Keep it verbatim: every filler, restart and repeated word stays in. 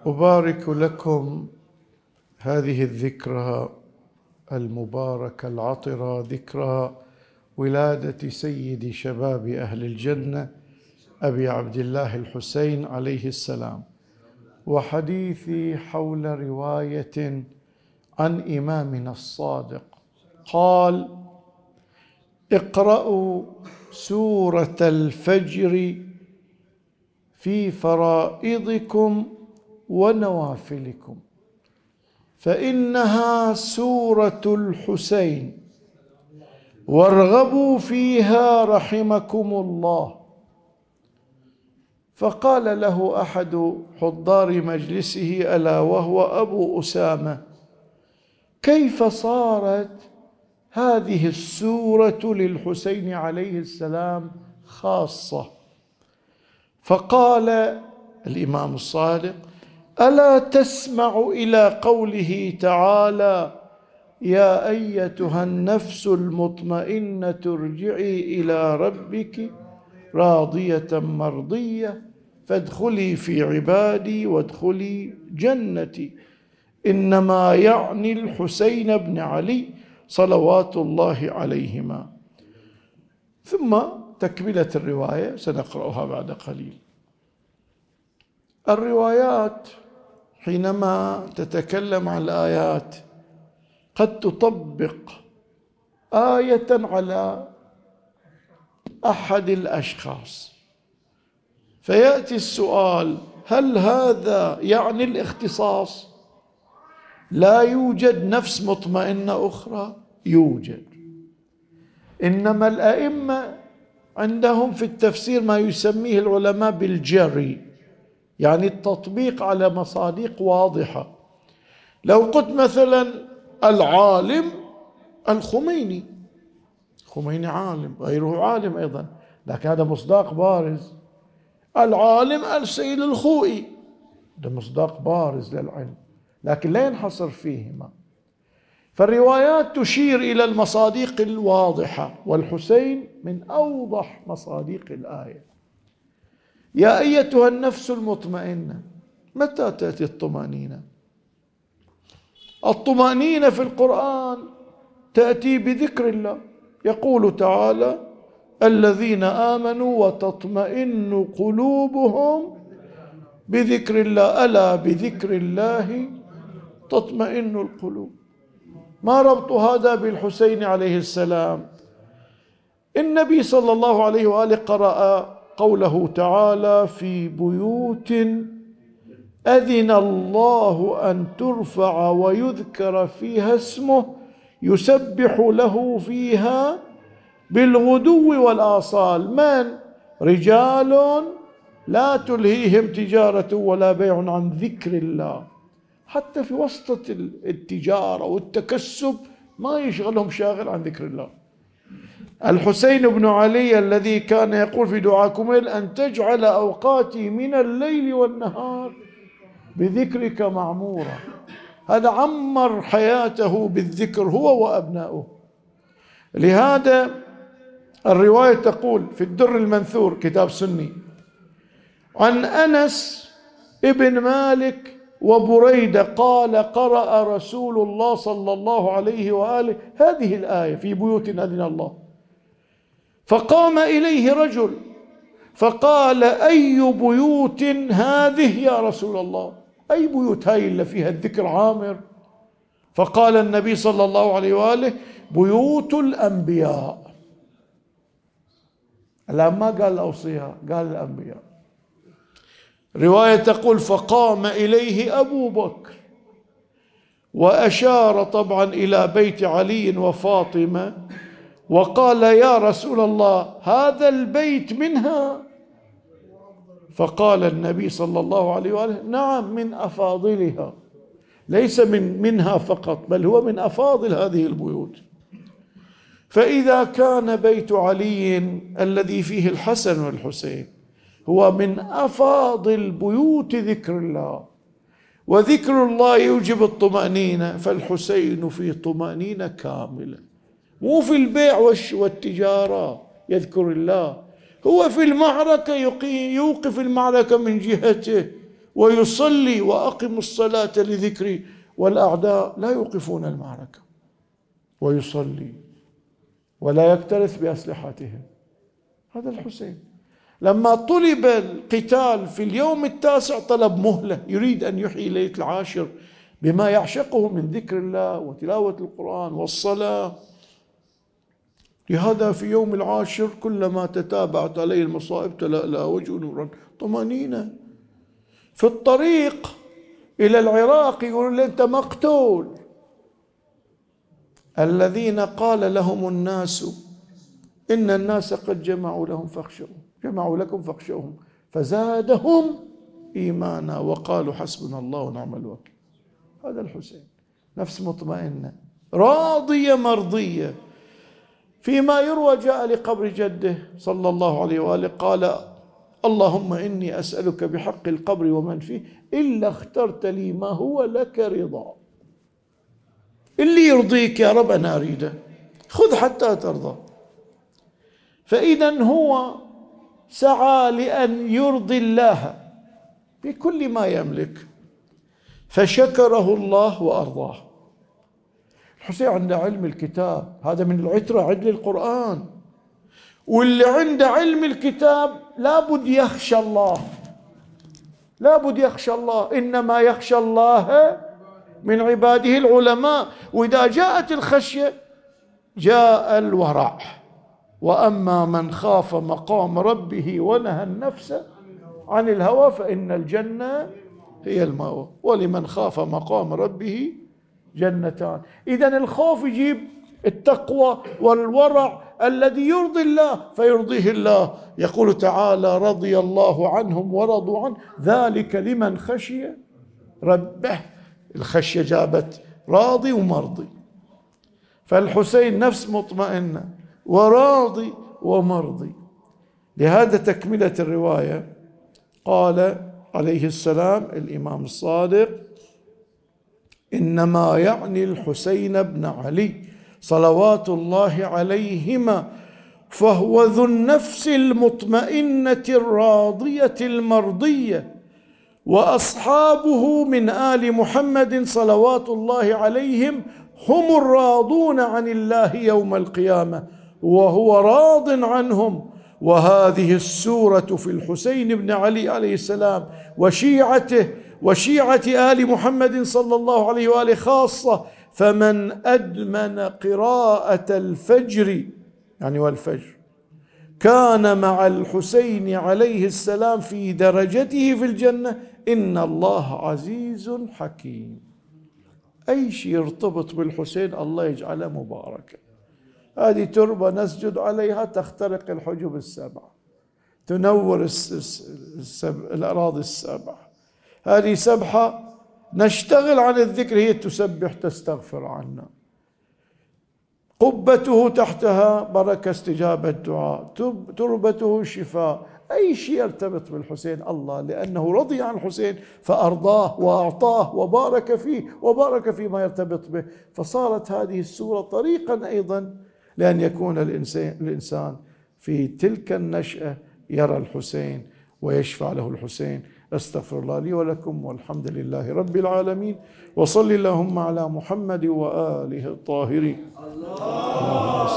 أبارك لكم هذه الذكرى المباركة العطرة، ذكرى ولادة سيد شباب أهل الجنة أبي عبد الله الحسين عليه السلام، وحديثي حول رواية عن إمامنا الصادق قال: اقرأوا سورة الفجر في فرائضكم ونوافلكم فإنها سورة الحسين وارغبوا فيها رحمكم الله. فقال له أحد حضار مجلسه ألا وهو أبو أسامة: كيف صارت هذه السورة للحسين عليه السلام خاصة؟ فقال الإمام الصادق: ألا تسمع إلى قوله تعالى: يا أيتها النفس المطمئنة ارجعي إلى ربك راضية مرضية فادخلي في عبادي وادخلي جنتي. إنما يعني الحسين بن علي صلوات الله عليهما. ثم تكملة الرواية سنقرأها بعد قليل. الروايات حينما تتكلم عن الآيات قد تطبق آية على أحد الأشخاص، فيأتي السؤال: هل هذا يعني الاختصاص؟ لا يوجد نفس مطمئنة أخرى؟ يوجد. إنما الأئمة عندهم في التفسير ما يسميه العلماء بالجري، يعني التطبيق على مصادق واضحة. لو قلت مثلا العالم الخميني، خميني عالم، غيره عالم أيضا، لكن هذا مصداق بارز. العالم السيد الخوئي، ده مصداق بارز للعلم، لكن لا ينحصر فيهما. فالروايات تشير إلى المصادق الواضحة، والحسين من أوضح مصادق الآية. يا أيتها النفس المطمئنة، متى تأتي الطمأنينة؟ الطمأنينة في القرآن تأتي بذكر الله. يقول تعالى: الذين آمنوا وتطمئن قلوبهم بذكر الله، ألا بذكر الله تطمئن القلوب. ما ربط هذا بالحسين عليه السلام؟ النبي صلى الله عليه وآله قرأ قوله تعالى: في بيوت أذن الله أن ترفع ويذكر فيها اسمه يسبح له فيها بالغدو والآصال. من؟ رجال لا تلهيهم تجارة ولا بيع عن ذكر الله. حتى في وسط التجارة والتكسب ما يشغلهم شاغل عن ذكر الله. الحسين بن علي الذي كان يقول في دعاء كميل: أن تجعل أوقاتي من الليل والنهار بذكرك معمورة. هذا عمر حياته بالذكر هو وأبناؤه. لهذا الرواية تقول في الدر المنثور، كتاب سني، عن أنس ابن مالك وبريدة قال: قرأ رسول الله صلى الله عليه وآله هذه الآية: في بيوت أذن الله. فقام إليه رجل فقال: أي بيوت هذه يا رسول الله؟ أي بيوت هاي اللي فيها الذكر عامر؟ فقال النبي صلى الله عليه وآله: بيوت الأنبياء. الآن ما قال الأوصياء، قال الأنبياء. رواية تقول: فقام إليه أبو بكر وأشار طبعا إلى بيت علي وفاطمة وقال: يا رسول الله، هذا البيت منها؟ فقال النبي صلى الله عليه وآله: نعم، من أفاضلها، ليس من منها فقط، بل هو من أفاضل هذه البيوت. فإذا كان بيت علي الذي فيه الحسن والحسين هو من أفاضل بيوت ذكر الله، وذكر الله يوجب الطمأنينة، فالحسين في طمأنينة كاملة، مو في البيع والتجارة يذكر الله، هو في المعركة يوقف المعركة من جهته ويصلي وأقم الصلاة لذكري، والأعداء لا يوقفون المعركة، ويصلي ولا يكترث بأسلحتهم. هذا الحسين لما طلب القتال في اليوم التاسع طلب مهلة، يريد أن يحيي ليلة العاشر بما يعشقه من ذكر الله وتلاوة القرآن والصلاة. لهذا في يوم العاشر كلما تتابعت عليه المصائب تلألأ وجه نورا طمأنينة. في الطريق إلى العراق يقول له أنت مقتول. الذين قال لهم الناس إن الناس قد جمعوا لهم فاخشوهم جمعوا لكم فاخشوهم فزادهم إيمانا وقالوا حسبنا الله ونعم الوكيل. هذا الحسين، نفس مطمئنة راضية مرضية. فيما يروى جاء لقبر جده صلى الله عليه وآله قال اللهم إني أسألك بحق القبر ومن فيه إلا اخترت لي ما هو لك رضا. اللي يرضيك يا رب أنا أريده، خذ حتى ترضى. فإذا هو سعى لأن يرضي الله بكل ما يملك، فشكره الله وأرضاه. الحسين عنده علم الكتاب، هذا من العترة عدل القرآن، واللي عنده علم الكتاب لابد يخشى الله، لابد يخشى الله. إنما يخشى الله من عباده العلماء. وإذا جاءت الخشية جاء الورع. وأما من خاف مقام ربه ونهى النفس عن الهوى فإن الجنة هي المأوى. ولمن خاف مقام ربه جنتان. إذن الخوف يجيب التقوى والورع الذي يرضي الله فيرضيه الله. يقول تعالى رضي الله عنهم ورضوا عنه ذلك لمن خشي ربه. الخشية جابت راضي ومرضي. فالحسين نفس مطمئنة وراضي ومرضي. لهذا تكملة الرواية قال عليه السلام الإمام الصادق إنما يعني الحسين بن علي صلوات الله عليهما فهو ذو النفس المطمئنة الراضية المرضية، وأصحابه من آل محمد صلوات الله عليهم هم الراضون عن الله يوم القيامة وهو راض عنهم. وهذه السورة في الحسين بن علي عليه السلام وشيعته وشيعة آل محمد صلى الله عليه وآله خاصة. فمن أدمن قراءة الفجر يعني والفجر كان مع الحسين عليه السلام في درجته في الجنة. إن الله عزيز حكيم. أي شيء يرتبط بالحسين الله يجعله مباركا. هذه تربة نسجد عليها تخترق الحجب السبعة، تنور الأراضي السبعة. هذه سبحة نشتغل عن الذكر، هي تسبح تستغفر عنا. قبته تحتها بركة استجابة الدعاء، تربته شفاء. أي شيء يرتبط بالحسين الله لأنه رضي عن الحسين فأرضاه وأعطاه وبارك فيه وبارك فيما يرتبط به. فصارت هذه السورة طريقا أيضا لأن يكون الإنسان في تلك النشأة يرى الحسين ويشفع له الحسين. أستغفر الله لي ولكم والحمد لله رب العالمين. وصل اللهم على محمد وآله الطاهرين.